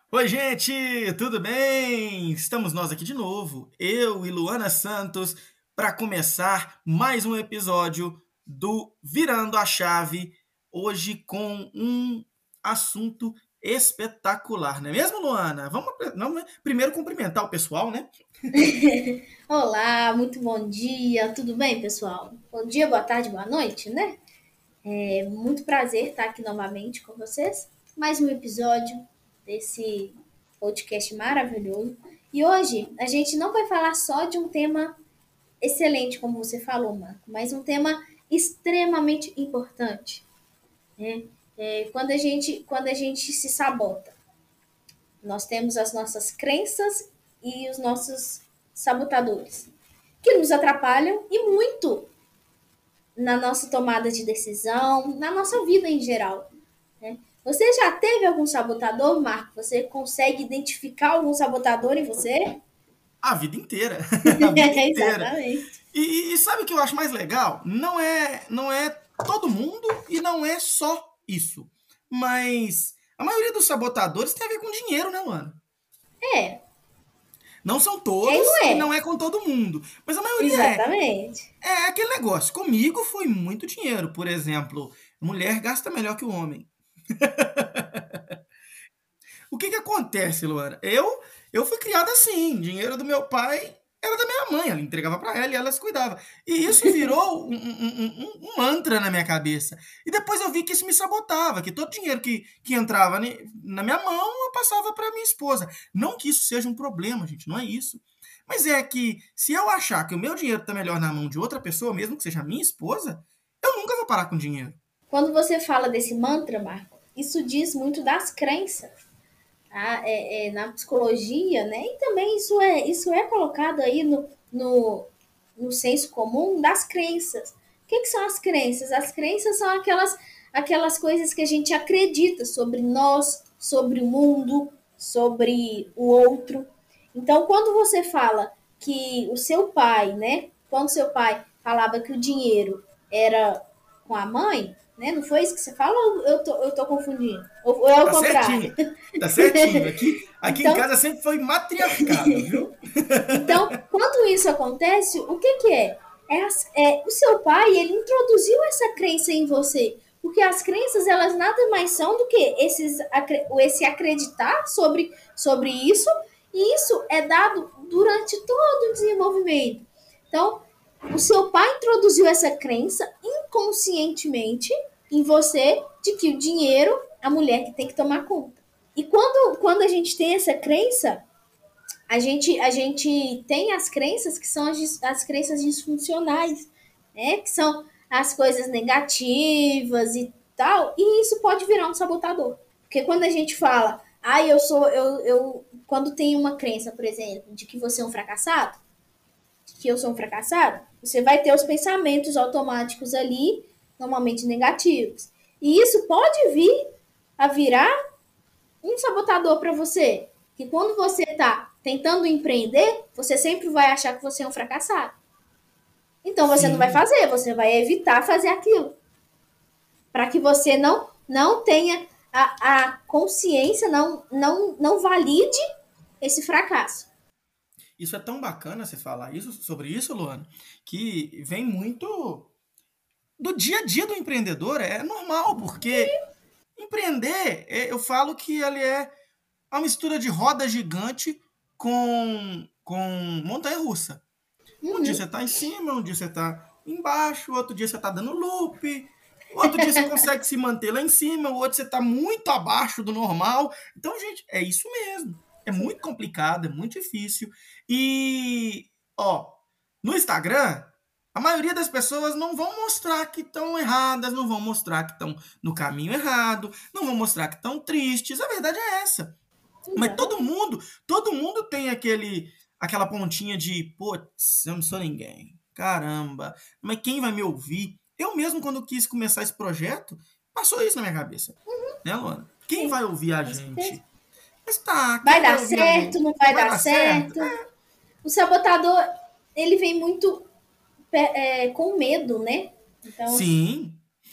Oi, gente, tudo bem? Estamos nós aqui de novo, eu e Luana Santos, para começar mais um episódio do Virando a Chave, hoje com um assunto espetacular, não é mesmo, Luana? Vamos primeiro cumprimentar o pessoal, né? Olá, muito bom dia, tudo bem, pessoal? Bom dia, boa tarde, boa noite, né? É muito prazer estar aqui novamente com vocês. Mais um episódio desse podcast maravilhoso. E hoje a gente não vai falar só de um tema excelente, como você falou, Marco, mas um tema extremamente importante, né? Quando a gente se sabota, nós temos as nossas crenças e os nossos sabotadores que nos atrapalham e muito na nossa tomada de decisão, na nossa vida em geral. Né? Você já teve algum sabotador, Marco? Você consegue identificar algum sabotador em você? A vida inteira, a vida inteira. Exatamente. E sabe o que eu acho mais legal? Não é todo mundo e não é só isso. Mas a maioria dos sabotadores tem a ver com dinheiro, né, Luana? É, Não são e todos não e é. não é com todo mundo. Mas a maioria é. Exatamente. É aquele negócio. Comigo foi muito dinheiro. Por exemplo, mulher gasta melhor que o homem. O que acontece, Luana? Eu fui criada assim. Dinheiro do meu pai era da minha mãe. Ela entregava para ela e ela se cuidava. E isso virou um mantra na minha cabeça. E depois eu vi que isso me sabotava, que todo dinheiro que entrava na minha mão eu passava para minha esposa. Não que isso seja um problema, gente, não é isso. Mas é que se eu achar que o meu dinheiro está melhor na mão de outra pessoa, mesmo que seja minha esposa, eu nunca vou parar com dinheiro. Quando você fala desse mantra, Marco, isso diz muito das crenças. Tá? Na psicologia, né? E também isso é colocado aí no senso comum das crenças. O que são as crenças? As crenças são aquelas coisas que a gente acredita sobre nós, sobre o mundo, sobre o outro. Então, quando você fala que o seu pai, né? Quando seu pai falava que o dinheiro era com a mãe, né? Não foi isso que você falou? Ou eu tô confundindo? Ou é o Tá contrário? certinho. Tá certinho. Aqui em Então, casa sempre foi matriarcado, viu? então, quando isso acontece, o que é? O seu pai, ele introduziu essa crença em você. Porque as crenças, elas nada mais são do que esse acreditar sobre isso, e isso é dado durante todo o desenvolvimento. Então, o seu pai introduziu essa crença inconscientemente em você de que o dinheiro, a mulher que tem que tomar conta. E quando a gente tem essa crença, a gente tem as crenças que são as crenças disfuncionais, né? Que são as coisas negativas e tal, e isso pode virar um sabotador. Porque quando a gente fala, quando tem uma crença, por exemplo, de que você é um fracassado, de que eu sou um fracassado, você vai ter os pensamentos automáticos ali, normalmente negativos. E isso pode vir a virar um sabotador para você. Que quando você está tentando empreender, você sempre vai achar que você é um fracassado. Então você não vai Sim. fazer, você vai evitar fazer aquilo. Para que você não tenha a consciência, não valide esse fracasso. Isso é tão bacana você falar isso sobre isso, Luana, que vem muito do dia a dia do empreendedor. É normal, porque empreender, eu falo que ele é uma mistura de roda gigante com montanha russa. Um dia você está em cima, um dia você está embaixo, outro dia você está dando loop, outro dia você consegue se manter lá em cima, o outro você está muito abaixo do normal. Então, gente, é isso mesmo. É Sim. muito complicado, é muito difícil. E, ó, no Instagram, a maioria das pessoas não vão mostrar que estão erradas, não vão mostrar que estão no caminho errado, não vão mostrar que estão tristes. A verdade é essa. Mas Exatamente. todo mundo tem aquela pontinha de, putz, eu não sou ninguém. Caramba, mas quem vai me ouvir? Eu mesmo, quando quis começar esse projeto, passou isso na minha cabeça. Né, Luana? Quem Sim, vai ouvir a com certeza. gente? Mas tá, Vai quem vai dar ouvir a certo, gente? não vai Vai dar dar certo? certo. O sabotador, ele vem muito com medo, né? Então, assim, Sim.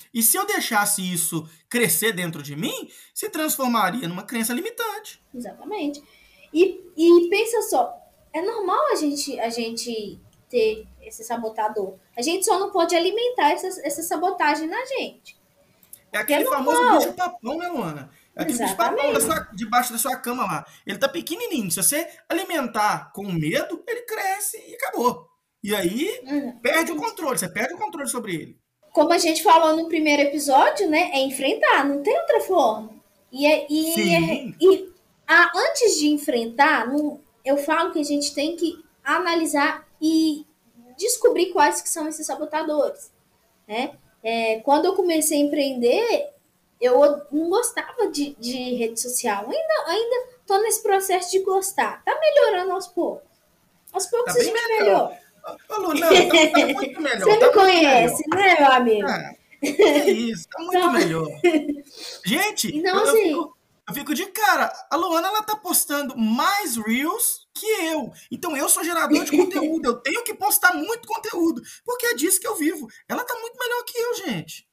E se eu deixasse isso crescer dentro de mim, se transformaria numa crença limitante. Exatamente. E pensa só, é normal a gente ter esse sabotador. A gente só não pode alimentar essa sabotagem na gente. É Porque é aquele famoso normal. bicho-papão, né, Luana? É aquele bicho-papão Exatamente. debaixo da sua cama lá. Ele tá pequenininho. Se você alimentar com medo, ele cresce e acabou. E aí, perde o controle. Você perde o controle sobre ele. Como a gente falou no primeiro episódio, né? É enfrentar, não tem outra forma. Sim. Antes de enfrentar, eu falo que a gente tem que analisar e descobrir quais que são esses sabotadores, né? Quando eu comecei a empreender, eu não gostava de rede social. Ainda tô nesse processo de gostar. Tá melhorando aos poucos. Aos Tá poucos a bem gente melhor. melhora. Ô, Lu, não, tá muito melhor. Você me Tá muito melhor. conhece, né, meu amigo? Ah, que isso, tá muito Então, melhor. Gente, então eu, eu assim, fico, eu fico de cara. A Luana, ela tá postando mais Reels que eu. Então eu sou gerador de conteúdo. Eu tenho que postar muito conteúdo. Porque é disso que eu vivo. Ela tá muito melhor que eu, gente.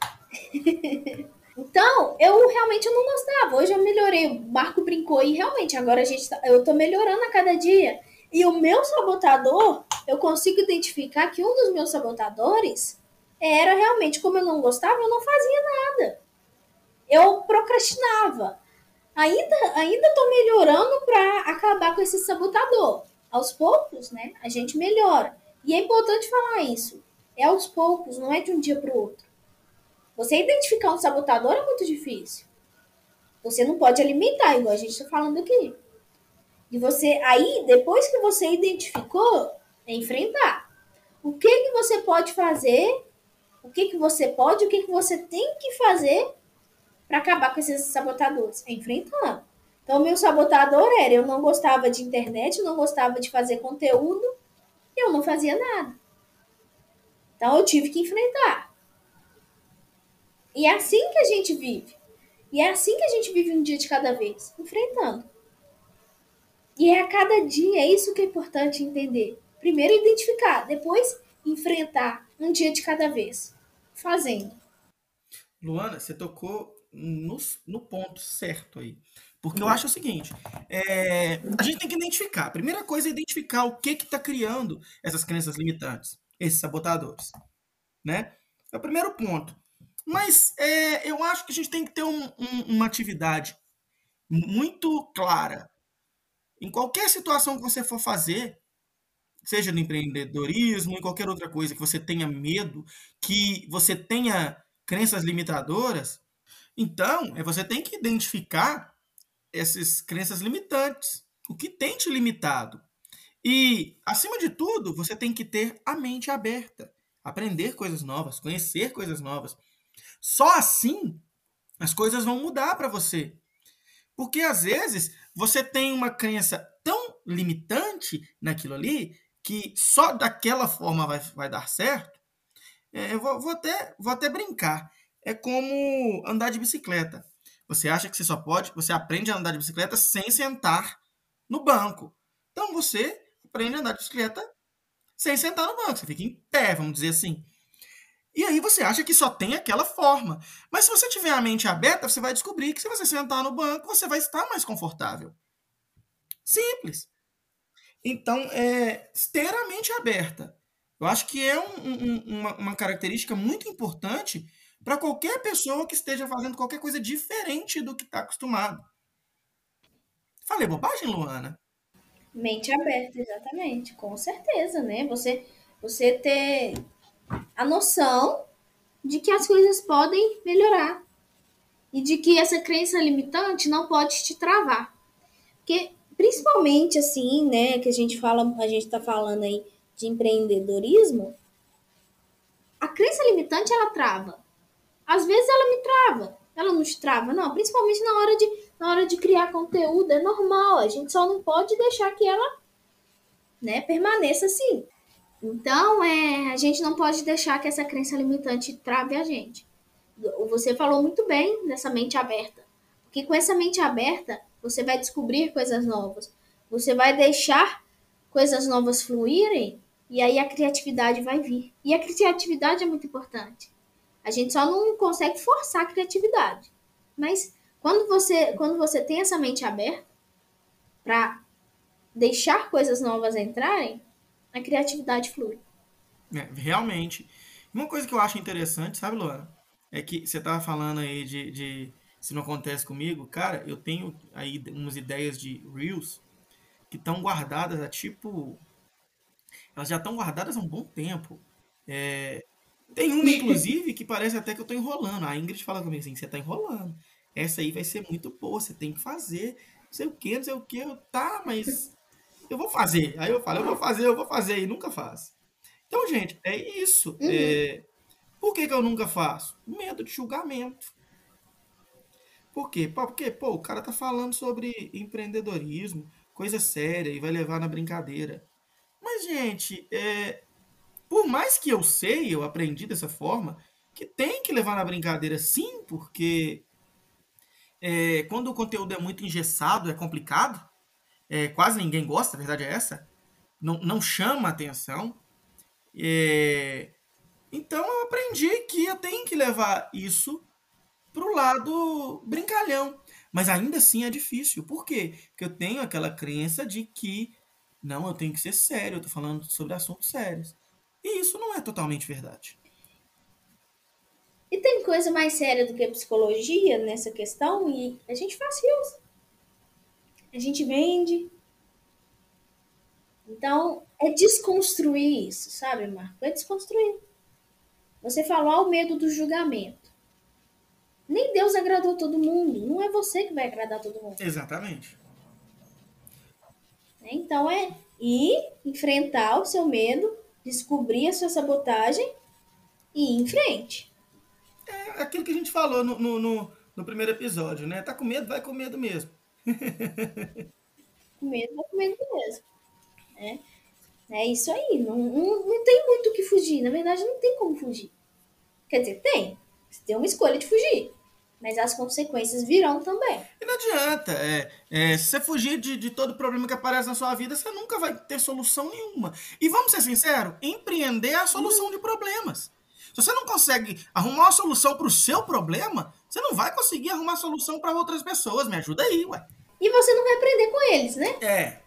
então, eu realmente não gostava. Hoje eu melhorei. O Marco brincou e realmente agora eu tô melhorando a cada dia. E o meu sabotador, eu consigo identificar que um dos meus sabotadores era realmente como eu não gostava, eu não fazia nada. Eu procrastinava. Ainda tô melhorando para acabar com esse sabotador. Aos poucos, né? A gente melhora. E é importante falar isso. É aos poucos, não é de um dia para o outro. Você identificar um sabotador é muito difícil. Você não pode alimentar, igual a gente está falando aqui. E você, aí, depois que você identificou, é enfrentar. O que que você pode fazer? O que que você pode? O que que você tem que fazer para acabar com esses sabotadores? É enfrentando. Então, o meu sabotador era: eu não gostava de internet, eu não gostava de fazer conteúdo, e eu não fazia nada. Então, eu tive que enfrentar. E é assim que a gente vive. E é assim que a gente vive um dia de cada vez, enfrentando. E é a cada dia, é isso que é importante entender. Primeiro identificar, depois enfrentar um dia de cada vez, fazendo. Luana, você tocou no ponto certo aí. Porque eu acho o seguinte, a gente tem que identificar. A primeira coisa é identificar o que está criando essas crenças limitantes, esses sabotadores, né? É o primeiro ponto. Mas eu acho que a gente tem que ter uma atividade muito clara. Em qualquer situação que você for fazer, seja no empreendedorismo, em qualquer outra coisa que você tenha medo, que você tenha crenças limitadoras, então você tem que identificar essas crenças limitantes, o que tem te limitado. E, acima de tudo, você tem que ter a mente aberta, aprender coisas novas, conhecer coisas novas. Só assim as coisas vão mudar para você. Porque às vezes você tem uma crença tão limitante naquilo ali que só daquela forma vai dar certo. Eu vou até brincar. É como andar de bicicleta. Você acha que você aprende a andar de bicicleta sem sentar no banco. Então você aprende a andar de bicicleta sem sentar no banco. Você fica em pé, vamos dizer assim. E aí você acha que só tem aquela forma. Mas se você tiver a mente aberta, você vai descobrir que se você sentar no banco, você vai estar mais confortável. Simples. Então, ter a mente aberta. Eu acho que é uma característica muito importante para qualquer pessoa que esteja fazendo qualquer coisa diferente do que está acostumado. Falei bobagem, Luana? Mente aberta, exatamente, com certeza, né? Você ter a noção de que as coisas podem melhorar e de que essa crença limitante não pode te travar. Porque, principalmente assim, né, que a gente tá falando aí de empreendedorismo, a crença limitante ela trava. Às vezes ela me trava, ela não te trava, não, principalmente na hora de criar conteúdo, é normal, a gente só não pode deixar que ela, né, permaneça assim. Então, a gente não pode deixar que essa crença limitante trave a gente. Você falou muito bem nessa mente aberta. Porque com essa mente aberta, você vai descobrir coisas novas. Você vai deixar coisas novas fluírem e aí a criatividade vai vir. E a criatividade é muito importante. A gente só não consegue forçar a criatividade. Mas quando você tem essa mente aberta para deixar coisas novas entrarem, a criatividade flui. Realmente. Uma coisa que eu acho interessante, sabe, Luana? É que você tava falando aí de se não acontece comigo. Cara, eu tenho aí umas ideias de Reels que estão guardadas há tipo. Elas já estão guardadas há um bom tempo. É, tem uma, inclusive, que parece até que eu tô enrolando. A Ingrid fala comigo assim: você tá enrolando. Essa aí vai ser muito boa, você tem que fazer. Não sei o que, não sei o que. Eu, tá, mas eu vou fazer. Aí eu falo: eu vou fazer, e nunca faço. Então, gente, é isso. Uhum. Por que que eu nunca faço? Medo de julgamento. Por quê? Porque, pô, o cara tá falando sobre empreendedorismo, coisa séria, e vai levar na brincadeira. Mas, gente, por mais que eu sei, eu aprendi dessa forma, que tem que levar na brincadeira sim, porque quando o conteúdo é muito engessado, é complicado, quase ninguém gosta, a verdade é essa, não chama atenção. É, então eu aprendi que eu tenho que levar isso pro lado brincalhão. Mas ainda assim é difícil. Por quê? Porque eu tenho aquela crença de que não, eu tenho que ser sério, eu tô falando sobre assuntos sérios. E isso não é totalmente verdade. E tem coisa mais séria do que a psicologia nessa questão e a gente faz rios. A gente vende. Então, é desconstruir isso, sabe, Marco? É desconstruir. Você falou ao medo do julgamento. Nem Deus agradou todo mundo. Não é você que vai agradar todo mundo. Exatamente. Né? Então, é ir enfrentar o seu medo, descobrir a sua sabotagem e ir em frente. É aquilo que a gente falou no primeiro episódio, né? Tá com medo? Vai com medo mesmo. Com medo, vai com medo mesmo. Né? É isso aí. Não tem muito o que fugir. Na verdade, não tem como fugir. Quer dizer, tem. Você tem uma escolha de fugir. Mas as consequências virão também. E não adianta. Se você fugir de todo problema que aparece na sua vida, você nunca vai ter solução nenhuma. E vamos ser sinceros, empreender é a solução de problemas. Se você não consegue arrumar uma solução para o seu problema, você não vai conseguir arrumar solução para outras pessoas. Me ajuda aí, ué. E você não vai aprender com eles, né? É.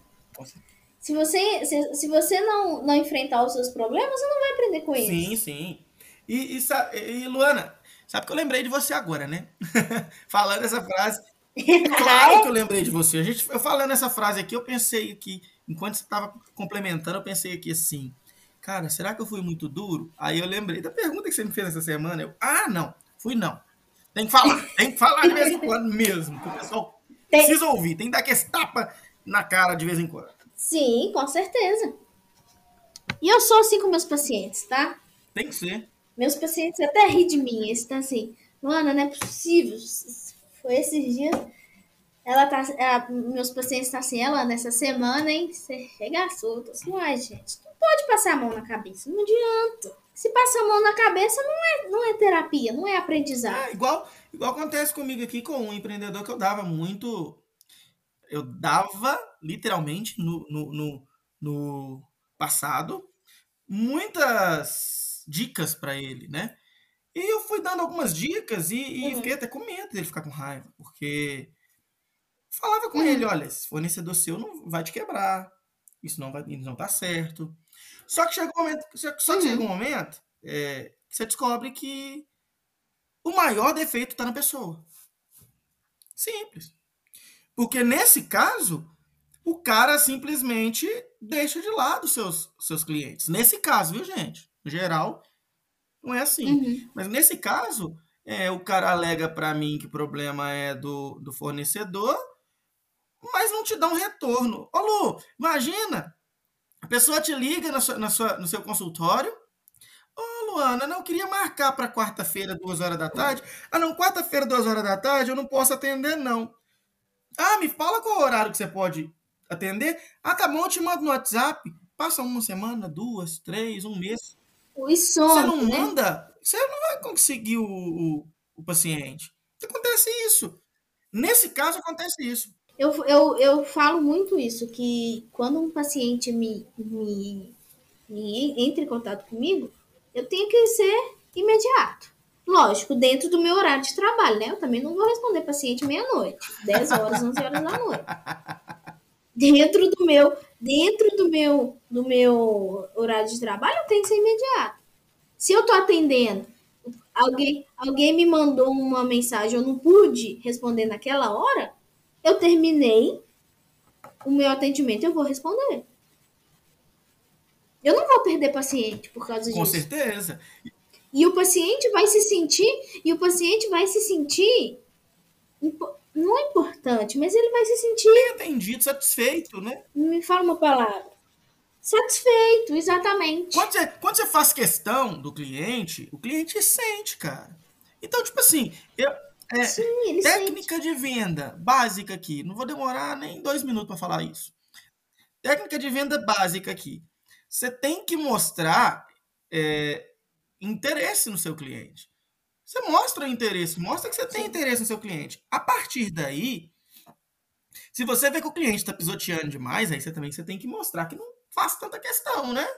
Se você não enfrentar os seus problemas, você não vai aprender com Sim, eles. sim. E, Luana, sabe que eu lembrei de você agora, né? Falando essa frase. É Ah, claro que eu é? lembrei de você. Eu falando essa frase aqui, eu pensei aqui, enquanto você estava complementando, eu pensei aqui assim, cara, será que eu fui muito duro? Aí eu lembrei da pergunta que você me fez essa semana. Não, fui não. Tem que falar de vez em quando mesmo, que o pessoal Tem- precisa ouvir, tem que dar aquele tapa na cara de vez em quando. Sim, com certeza. E eu sou assim com meus pacientes, tá? Tem que ser. Meus pacientes até ri de mim. Eles estão assim, Luana, não é possível. Foi esses dias. Meus pacientes estão assim, ela nessa semana, hein? Você regaçou. Eu tô assim, uai, gente, não pode passar a mão na cabeça. Não adianta. Se passar a mão na cabeça, não é terapia, não é aprendizado. Igual acontece comigo aqui com um empreendedor que eu dava muito. Eu dava, literalmente, no passado, muitas dicas para ele, né? E eu fui dando algumas dicas e fiquei Uhum, até com medo dele ficar com raiva, porque falava com ele, uhum, olha, esse fornecedor seu não vai te quebrar, isso não tá certo. Só que chega um momento, só que chega um uhum. momento que você descobre que o maior defeito está na pessoa. Simples. Porque nesse caso, o cara simplesmente deixa de lado seus clientes. Nesse caso, viu, gente? No geral, não é assim. Uhum. Mas nesse caso, o cara alega para mim que o problema é do fornecedor, mas não te dá um retorno. Ô Lu, imagina, a pessoa te liga no seu consultório. Ô Luana, não, eu queria marcar para quarta-feira, 2 horas da tarde. Ah, não, quarta-feira, 2 horas da tarde, eu não posso atender, não. Ah, me fala qual horário que você pode atender. Ah, tá bom, eu te mando no WhatsApp. Passa uma semana, duas, três, um mês. Os Você sonhos, não né? manda, você não vai conseguir o paciente. Acontece isso. Nesse caso, acontece isso. Eu falo muito isso, que quando um paciente me entra em contato comigo, eu tenho que ser imediato. Lógico, dentro do meu horário de trabalho, né? Eu também não vou responder paciente meia-noite, 10 horas, 11 horas da noite. Dentro do meu horário de trabalho, eu tenho que ser imediato. Se eu tô atendendo, alguém me mandou uma mensagem, eu não pude responder naquela hora, eu terminei o meu atendimento, eu vou responder. Eu não vou perder paciente por causa Com disso. certeza. E o paciente vai se sentir não é importante, mas ele vai se Bem sentir, atendido, satisfeito, né? me fala uma palavra, satisfeito, exatamente. Quando você faz questão do cliente, o cliente sente, cara. Então, tipo assim, Sim, ele sente. técnica de venda básica aqui. Não vou demorar nem 2 minutos para falar isso. Técnica de venda básica aqui. Você tem que mostrar interesse no seu cliente. Você mostra interesse, mostra que você tem Sim, interesse no seu cliente. A partir daí, se você vê que o cliente está pisoteando demais, aí você tem que mostrar que não faz tanta questão, né?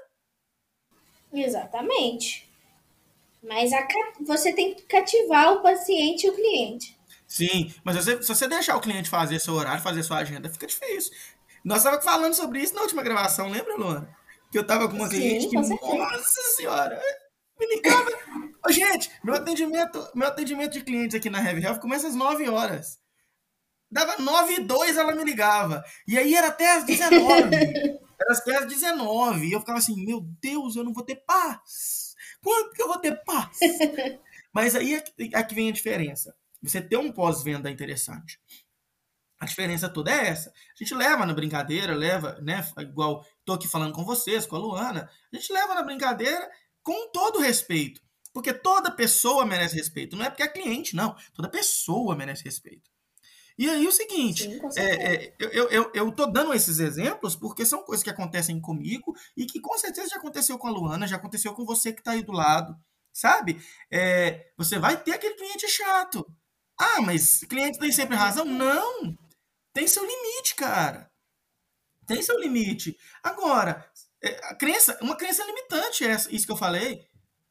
exatamente. Mas você tem que cativar o paciente e o cliente. Sim, mas se você deixar o cliente fazer seu horário, fazer sua agenda, fica difícil. Nós estávamos falando sobre isso na última gravação, lembra, Luana? Que eu estava com uma cliente Sim, que, com certeza. nossa senhora, me ligava. Ô, gente, meu atendimento de clientes aqui na Heavy Health começa às 9 horas. Dava 9h02 ela me ligava. E aí era até às 19. Era até às 19. E eu ficava assim, meu Deus, eu não vou ter paz. Quando que eu vou ter paz? Mas aí é que vem a diferença. Você ter um pós-venda interessante. A diferença toda é essa. A gente leva na brincadeira, leva, né? Igual tô aqui falando com vocês, com a Luana. A gente leva na brincadeira com todo respeito. Porque toda pessoa merece respeito. Não é porque é cliente, não. Toda pessoa merece respeito. E aí o seguinte, Sim, com certeza. eu tô dando esses exemplos porque são coisas que acontecem comigo e que com certeza já aconteceu com a Luana, já aconteceu com você que está aí do lado, sabe? Você vai ter aquele cliente chato. Ah, mas cliente tem sempre razão? Não, tem seu limite, cara. Tem seu limite. Agora, uma crença limitante, isso que eu falei.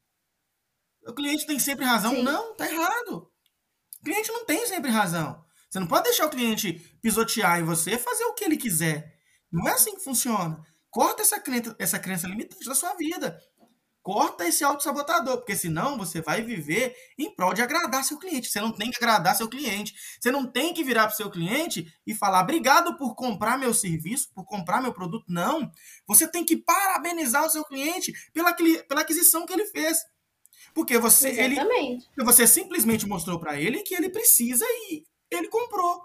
O cliente tem sempre razão? Sim, Não, tá errado. O cliente não tem sempre razão. Você não pode deixar o cliente pisotear em você e fazer o que ele quiser. Não é assim que funciona. Corta essa crença limitante da sua vida. Corta esse autossabotador, porque senão você vai viver em prol de agradar seu cliente. Você não tem que agradar seu cliente. Você não tem que virar para o seu cliente e falar obrigado por comprar meu serviço, por comprar meu produto. Não. Você tem que parabenizar o seu cliente pela aquisição que ele fez. Porque exatamente. você simplesmente mostrou para ele que ele precisa e ele comprou.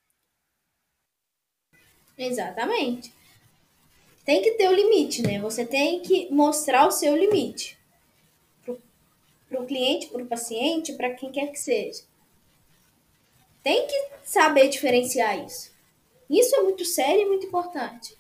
Exatamente. Tem que ter o limite, né? Você tem que mostrar o seu limite para o cliente, para o paciente, para quem quer que seja. Tem que saber diferenciar isso. Isso é muito sério e muito importante.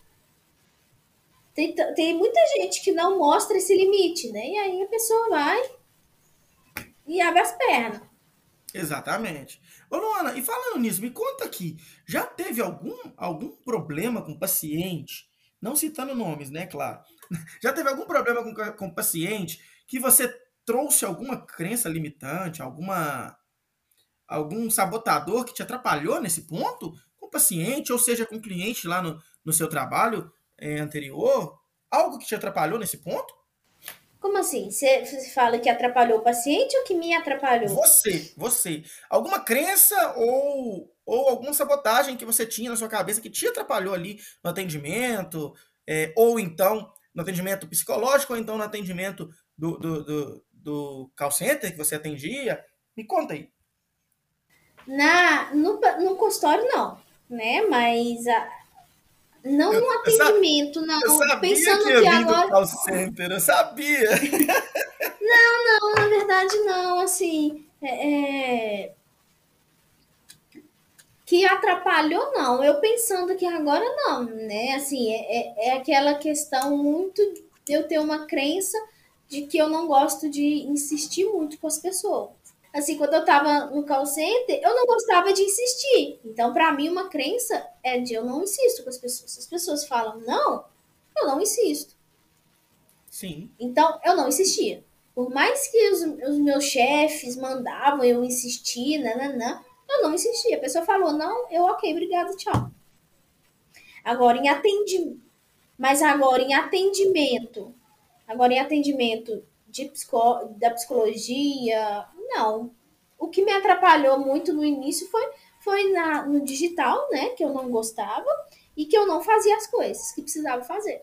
Tem muita gente que não mostra esse limite, né? E aí a pessoa vai e abre as pernas. Exatamente. Ô, Luana, e falando nisso, me conta aqui, já teve algum problema com paciente, não citando nomes, né, claro. Já teve algum problema com paciente que você trouxe alguma crença limitante, algum sabotador que te atrapalhou nesse ponto? Com o paciente, ou seja, com o cliente lá no seu trabalho anterior? Algo que te atrapalhou nesse ponto? Como assim? Você fala que atrapalhou o paciente ou que me atrapalhou? Você. Alguma crença ou alguma sabotagem que você tinha na sua cabeça que te atrapalhou ali no atendimento, ou então no atendimento psicológico, ou então no atendimento do call center que você atendia? Me conta aí. No consultório, não, né? Mas não Eu, no eu, sa- atendimento, eu não. sabia que Pensando ia que vir do agora. call center, eu sabia. Não, na verdade, não. Assim, que atrapalhou, não. Eu pensando que agora não, né? Assim, é aquela questão muito de eu ter uma crença de que eu não gosto de insistir muito com as pessoas. Assim, quando eu tava no call center, eu não gostava de insistir. Então, para mim, uma crença é de eu não insisto com as pessoas. Se as pessoas falam não, eu não insisto. Sim, Então, eu não insistia. Por mais que os meus chefes mandavam eu insistir, nananã, eu não insisti. A pessoa falou, não, eu ok, obrigada, tchau. Agora em atendimento, mas agora em atendimento da psicologia, não. O que me atrapalhou muito no início foi no digital, né, que eu não gostava e que eu não fazia as coisas que precisava fazer.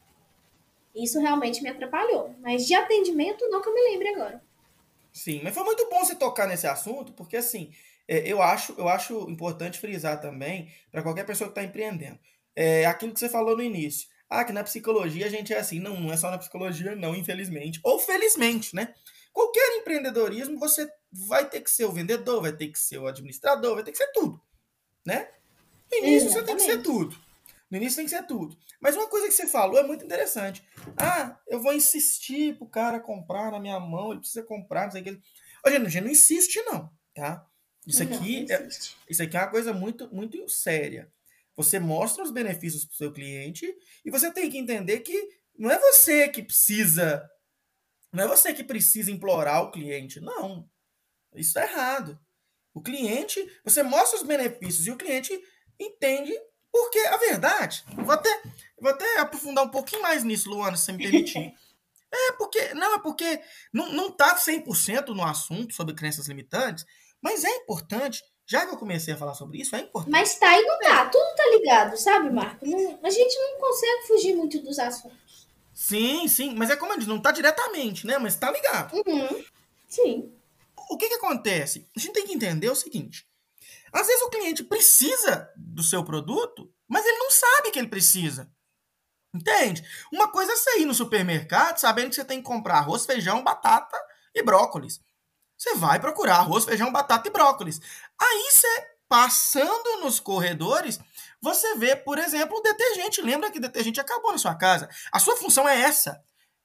Isso realmente me atrapalhou. Mas de atendimento, não que eu me lembre agora. Sim, mas foi muito bom você tocar nesse assunto, porque assim, eu acho importante frisar também para qualquer pessoa que está empreendendo. Aquilo que você falou no início. Ah, que na psicologia a gente é assim. Não, não é só na psicologia, não, infelizmente. Ou felizmente, né? Qualquer empreendedorismo, você vai ter que ser o vendedor, vai ter que ser o administrador, vai ter que ser tudo, né? No início você tem que ser Exatamente. tudo. No início tem que ser tudo. Mas uma coisa que você falou é muito interessante. Ah, eu vou insistir pro cara comprar na minha mão, ele precisa comprar, não sei o que. Ô, gente, não insiste não, tá? Isso Não, não aqui é, existe. isso aqui é uma coisa muito, muito séria. Você mostra os benefícios pro seu cliente e você tem que entender que não é você que precisa, não é você que precisa implorar o cliente. Não, isso é errado. O cliente, você mostra os benefícios e o cliente entende, porque a verdade, vou até aprofundar um pouquinho mais nisso, Luana, se você me permitir. É porque não tá 100% no assunto sobre crenças limitantes, mas é importante, já que eu comecei a falar sobre isso, é importante. Mas tá e não tá. Tudo tá ligado, sabe, Marco? A gente não consegue fugir muito dos assuntos. Sim, sim, mas é como eu disse, não tá diretamente, né? Mas tá ligado. Uhum. Sim. O que que acontece? A gente tem que entender o seguinte: às vezes o cliente precisa do seu produto, mas ele não sabe que ele precisa. Entende? Uma coisa é você ir no supermercado sabendo que você tem que comprar arroz, feijão, batata e brócolis. Você vai procurar arroz, feijão, batata e brócolis. Aí você, passando nos corredores, você vê, por exemplo, o detergente. Lembra que o detergente acabou na sua casa. A sua função é essa.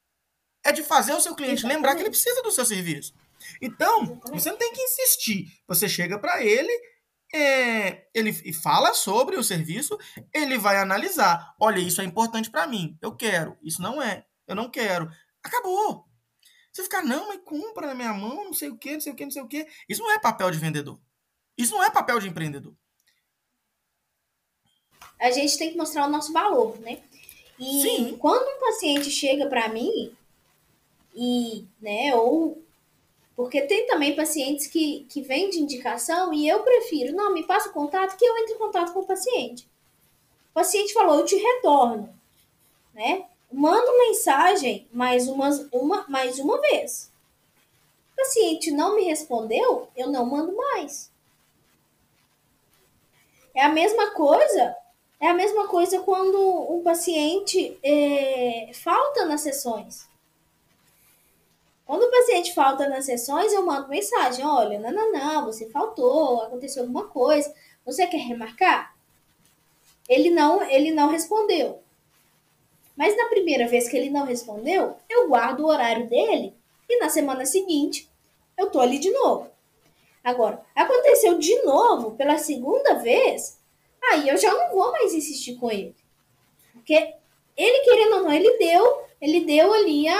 É de fazer o seu cliente lembrar que ele Exatamente. precisa do seu serviço. Então, você não Exatamente. tem que insistir. Você chega para ele, ele fala sobre o serviço, ele vai analisar. Olha, isso é importante para mim. Eu quero. Isso não é. Eu não quero. Acabou. Você ficar, não, mas compra na minha mão, não sei o quê, não sei o quê, não sei o quê. Isso não é papel de vendedor. Isso não é papel de empreendedor. A gente tem que mostrar o nosso valor, né? E Sim, quando um paciente chega para mim ou porque tem também pacientes que vêm de indicação e eu prefiro, não, me passa o contato que eu entro em contato com o paciente. O paciente falou, eu te retorno, né? Mando mensagem mais uma vez. O paciente não me respondeu, eu não mando mais. É a mesma coisa, é a mesma coisa quando um paciente falta nas sessões. Quando o paciente falta nas sessões, eu mando mensagem: olha, não, não, não, você faltou, aconteceu alguma coisa, você quer remarcar? Ele não respondeu. Mas na primeira vez que ele não respondeu, eu guardo o horário dele e na semana seguinte eu tô ali de novo. Agora, aconteceu de novo pela segunda vez, aí eu já não vou mais insistir com ele. Porque ele, querendo ou não, ele deu ali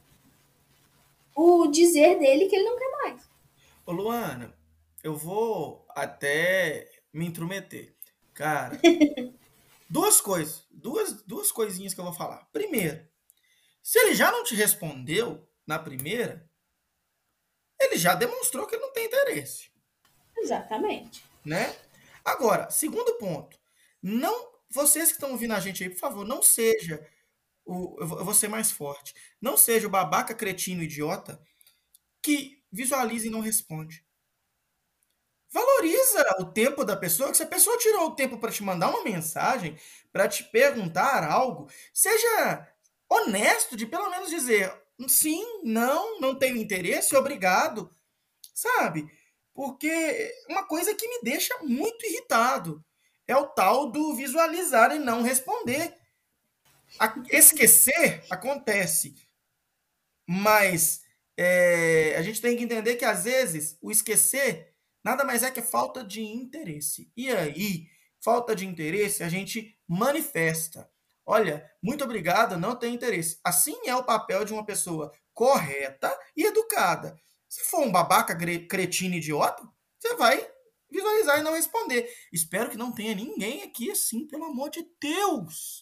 o dizer dele que ele não quer mais. ô Luana, eu vou até me intrometer. Cara, duas coisas, duas coisinhas que eu vou falar. Primeiro, se ele já não te respondeu na primeira, ele já demonstrou que ele não tem interesse, Exatamente. né? Agora, segundo ponto, não, vocês que estão ouvindo a gente aí, por favor, não seja eu vou ser mais forte. Não seja o babaca cretino idiota que visualiza e não responde. Valoriza o tempo da pessoa, que se a pessoa tirou o tempo para te mandar uma mensagem, para te perguntar algo, seja honesto de pelo menos dizer sim, não, não tenho interesse, obrigado, sabe? Porque uma coisa que me deixa muito irritado é o tal do visualizar e não responder. Esquecer acontece, mas a gente tem que entender que às vezes o esquecer nada mais é que falta de interesse. E aí, falta de interesse a gente manifesta. olha, muito obrigado, não tenho interesse. Assim é o papel de uma pessoa correta e educada. Se for um babaca, cretino, idiota, você vai visualizar e não responder. Espero que não tenha ninguém aqui assim, pelo amor de Deus.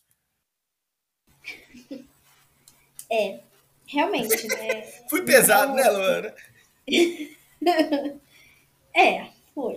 Realmente, né? Fui pesado, né, Então, Luana? foi.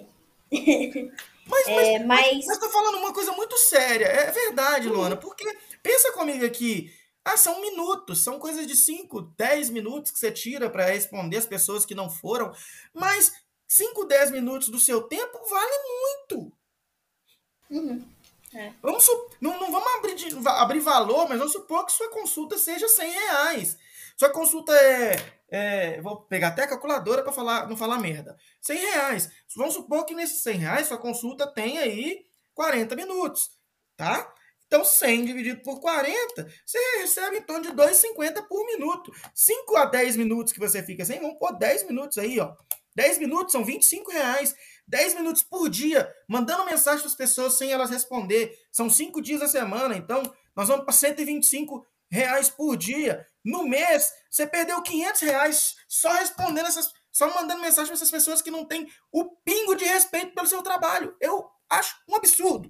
Mas Mas, tô falando uma coisa muito séria. É verdade, Luana, porque pensa comigo aqui. Ah, são minutos, são coisas de 5, 10 minutos que você tira para responder as pessoas que não foram, mas 5, 10 minutos do seu tempo vale muito. uhum, é, Não vamos abrir valor, mas vamos supor que sua consulta seja R$ 100. Sua consulta vou pegar até a calculadora para não falar merda. R$ 100. Vamos supor que nesses R$ 100 sua consulta tem aí 40 minutos, tá? Então, 100 dividido por 40, você recebe em torno de 2,50 por minuto. 5 a 10 minutos que você fica sem, vamos pôr 10 minutos aí, ó. 10 minutos são R$ 25. 10 minutos por dia, mandando mensagem para as pessoas sem elas responder. São 5 dias da semana, então nós vamos para R$ 125 por dia. No mês, você perdeu R$ 500 só respondendo só mandando mensagem para essas pessoas que não têm o pingo de respeito pelo seu trabalho. Eu acho um absurdo.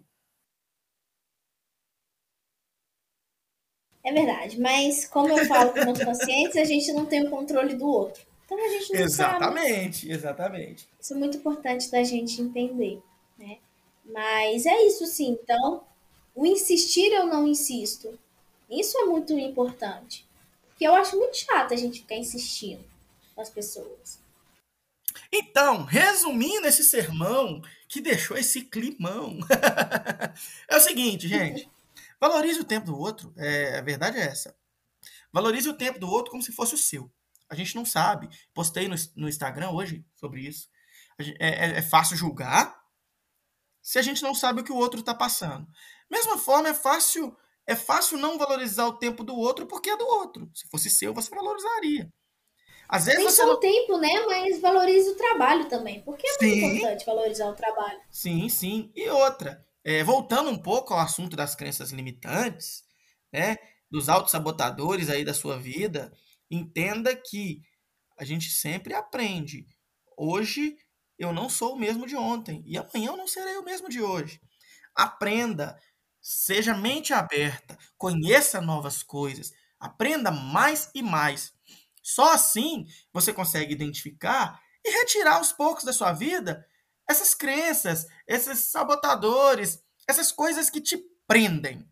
é verdade. Mas, como eu falo com meus pacientes, a gente não tem o controle do outro. Então, a gente não sabe. Exatamente, exatamente. Isso é muito importante da gente entender, né? Mas é isso sim. Então, o insistir eu não insisto. Isso é muito importante. Porque eu acho muito chato a gente ficar insistindo com as pessoas. Então, resumindo esse sermão que deixou esse climão, é o seguinte, gente. Valorize o tempo do outro. A verdade é essa. Valorize o tempo do outro como se fosse o seu. A gente não sabe. Postei no Instagram hoje sobre isso. É fácil julgar se a gente não sabe o que o outro está passando. Mesma forma, é fácil não valorizar o tempo do outro porque é do outro. Se fosse seu, você valorizaria. Às vezes Nem você só não. o tempo, né? Mas valorize o trabalho também. Porque é muito Sim, importante valorizar o trabalho. sim, sim. E outra, voltando um pouco ao assunto das crenças limitantes, né, dos autossabotadores aí da sua vida, entenda que a gente sempre aprende. Hoje eu não sou o mesmo de ontem e amanhã eu não serei o mesmo de hoje. Aprenda, seja mente aberta, conheça novas coisas, aprenda mais e mais. Só assim você consegue identificar e retirar aos poucos da sua vida essas crenças, esses sabotadores, essas coisas que te prendem.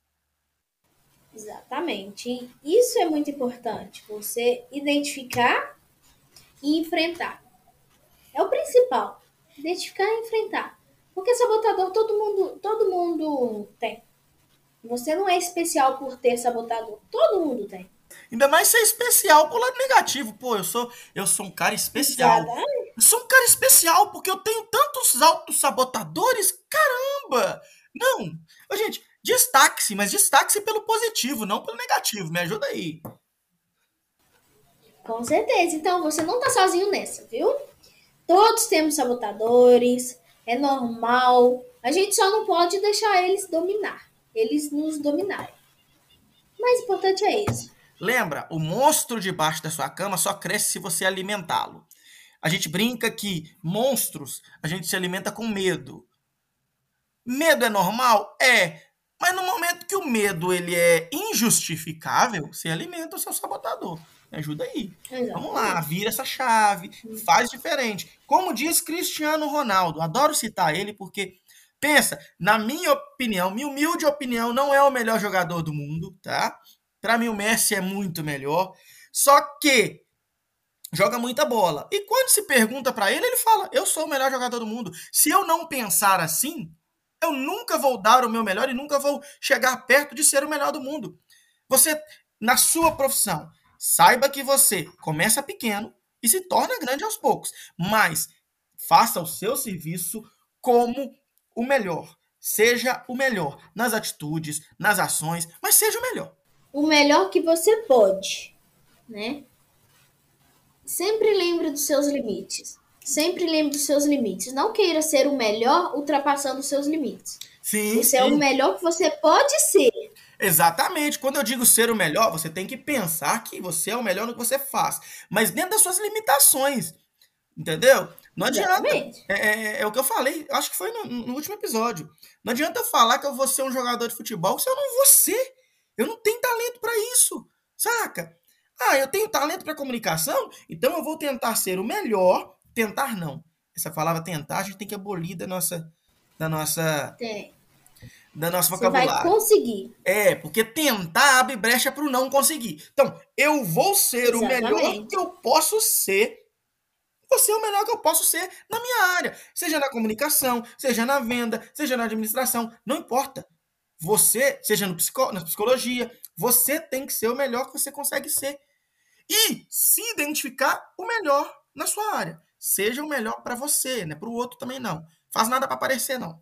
Exatamente. E isso é muito importante. Você identificar e enfrentar. É o principal. Identificar e enfrentar. Porque sabotador todo mundo tem. Você não é especial por ter sabotador. Todo mundo tem. Ainda mais ser especial pro lado negativo. Pô, eu sou um cara especial. Exatamente. Eu sou um cara especial porque eu tenho tantos autossabotadores. Caramba! Não. Ô, gente, destaque-se, mas destaque-se pelo positivo, não pelo negativo. Me ajuda aí. Com certeza. Então você não tá sozinho nessa, viu? Todos temos sabotadores. É normal. A gente só não pode deixar eles dominar. Eles nos dominarem. O mais importante é isso. Lembra, o monstro debaixo da sua cama só cresce se você alimentá-lo. A gente brinca que monstros a gente se alimenta com medo. Medo é normal? É. Mas no momento que o medo ele é injustificável, você alimenta o seu sabotador. Me ajuda aí. Vamos lá, Exatamente. vira essa chave, faz diferente. Como diz Cristiano Ronaldo, adoro citar ele porque, pensa, na minha opinião, minha humilde opinião, não é o melhor jogador do mundo, tá? Para mim o Messi é muito melhor. Só que joga muita bola. E quando se pergunta para ele, ele fala: "Eu sou o melhor jogador do mundo". Se eu não pensar assim, eu nunca vou dar o meu melhor e nunca vou chegar perto de ser o melhor do mundo. Você, na sua profissão, saiba que você começa pequeno e se torna grande aos poucos, mas faça o seu serviço como o melhor. Seja o melhor nas atitudes, nas ações, mas seja o melhor. O melhor que você pode, né? Sempre lembre dos seus limites. Sempre lembre dos seus limites. Não queira ser o melhor ultrapassando os seus limites. Sim, Você é o sim. melhor que você pode ser. Exatamente. Quando eu digo ser o melhor, você tem que pensar que você é o melhor no que você faz, mas dentro das suas limitações, entendeu? Não adianta. Exatamente. É o que eu falei, acho que foi no último episódio. Não adianta eu falar que eu vou ser um jogador de futebol se eu não vou ser. Eu não tenho talento para isso, saca? Ah, eu tenho talento para comunicação, então eu vou tentar ser o melhor. Tentar não. Essa palavra tentar a gente tem que abolir da nossa, Tem. da nosso Você vai vocabulário. conseguir. Porque tentar abre brecha para o não conseguir. Então, eu vou ser o melhor que Exatamente. eu posso ser. Vou ser o melhor que eu posso ser na minha área. Seja na comunicação, seja na venda, seja na administração. Não importa. Você, seja na psicologia, você tem que ser o melhor que você consegue ser. E se identificar o melhor na sua área. Seja o melhor para você, né? Para o outro também não. Faz nada para aparecer, não.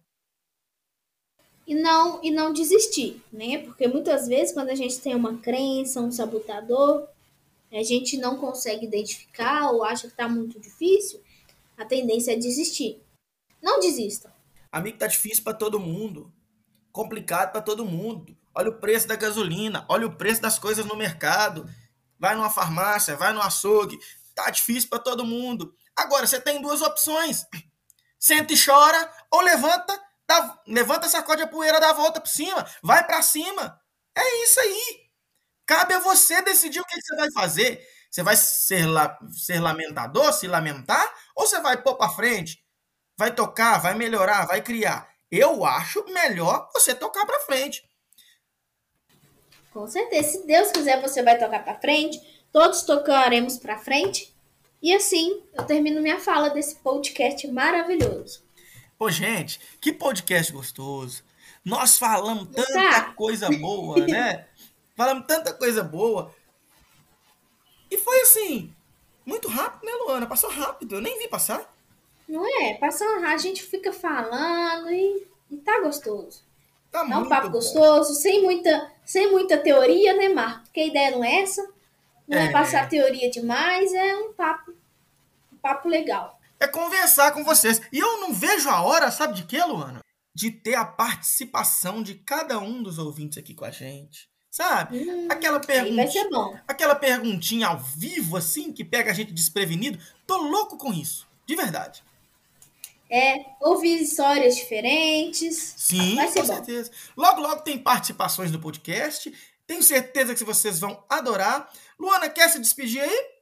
E não desistir, né? Porque muitas vezes quando a gente tem uma crença, um sabotador, a gente não consegue identificar ou acha que está muito difícil, a tendência é desistir. Não desistam. Amigo, tá difícil para todo mundo. Complicado para todo mundo. Olha o preço da gasolina, olha o preço das coisas no mercado. Vai numa farmácia, vai no açougue. Tá difícil para todo mundo. Agora, você tem duas opções. Senta e chora, ou levanta, sacode a poeira, dá a volta por cima, vai para cima. É isso aí. Cabe a você decidir o que você vai fazer. Você vai ser lamentador, se lamentar, ou você vai pôr para frente? Vai tocar, vai melhorar, vai criar. Eu acho melhor você tocar para frente. Com certeza, se Deus quiser, você vai tocar para frente, todos tocaremos para frente. E assim, eu termino minha fala desse podcast maravilhoso. Pô, gente, que podcast gostoso. Nós falamos Não tanta tá? coisa boa, né? Falamos tanta coisa boa. E foi assim, muito rápido, né, Luana? Passou rápido, eu nem vi passar. Não é? Passando, a gente fica falando e tá gostoso. Tá Tá um muito papo bom. gostoso, sem muita teoria, né, Marco? Porque a ideia não é essa, não é passar É, teoria demais, é um papo legal. é conversar com vocês. E eu não vejo a hora, sabe de quê, Luana? De ter a participação de cada um dos ouvintes aqui com a gente. Sabe? Aquela Aí vai perguntinha, ser bom. aquela perguntinha ao vivo, assim, que pega a gente desprevenido. Tô louco com isso. De verdade. É, ouvir histórias diferentes, vai Sim, ser com bom. certeza. Logo, logo tem participações no podcast. Tenho certeza que vocês vão adorar. Luana, quer se despedir aí?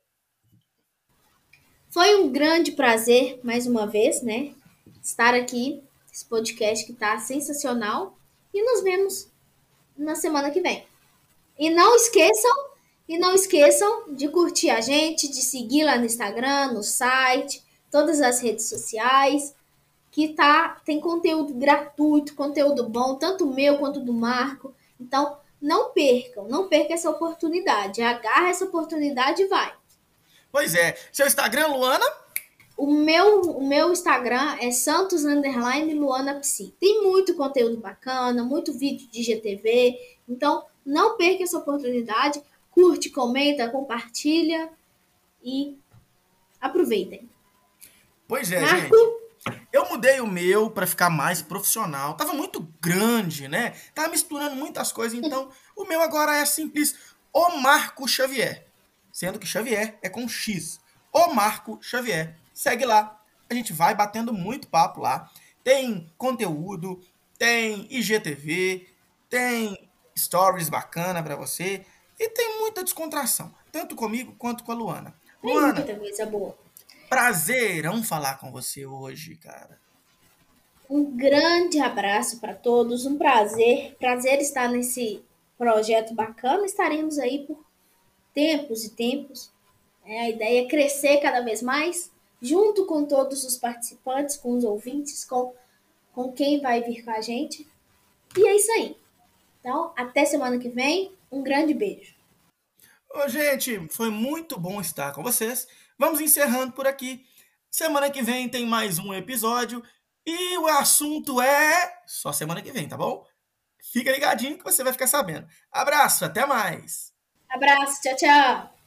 Foi um grande prazer, mais uma vez, né? Estar aqui, esse podcast que tá sensacional. E nos vemos na semana que vem. E não esqueçam de curtir a gente, de seguir lá no Instagram, no site, todas as redes sociais, que tem conteúdo gratuito, conteúdo bom, tanto meu quanto do Marco. Então, não percam essa oportunidade. Agarra essa oportunidade e vai. Pois é. Seu Instagram, Luana? O meu Instagram é santos_luanapsi. Tem muito conteúdo bacana, muito vídeo de GTV. Então, não perca essa oportunidade. Curte, comenta, compartilha e aproveitem. Pois é, Marco, gente. Eu mudei o meu para ficar mais profissional. Tava muito grande, né? Tava misturando muitas coisas, então o meu agora é simples O Marco Xavier. Sendo que Xavier é com X. O Marco Xavier. Segue lá. A gente vai batendo muito papo lá. Tem conteúdo, tem IGTV, tem stories bacana para você e tem muita descontração, tanto comigo quanto com a Luana. tem Luana, muita coisa boa. prazerão falar com você hoje, cara. Um grande abraço para todos, um prazer estar nesse projeto bacana. Estaremos aí por tempos e tempos. A ideia é crescer cada vez mais, junto com todos os participantes, com os ouvintes, com quem vai vir com a gente. E é isso aí. Então, até semana que vem. Um grande beijo. Ô, gente, foi muito bom estar com vocês. Vamos encerrando por aqui. Semana que vem tem mais um episódio e o assunto é só semana que vem, tá bom? Fica ligadinho que você vai ficar sabendo. Abraço, até mais. Abraço, tchau, tchau.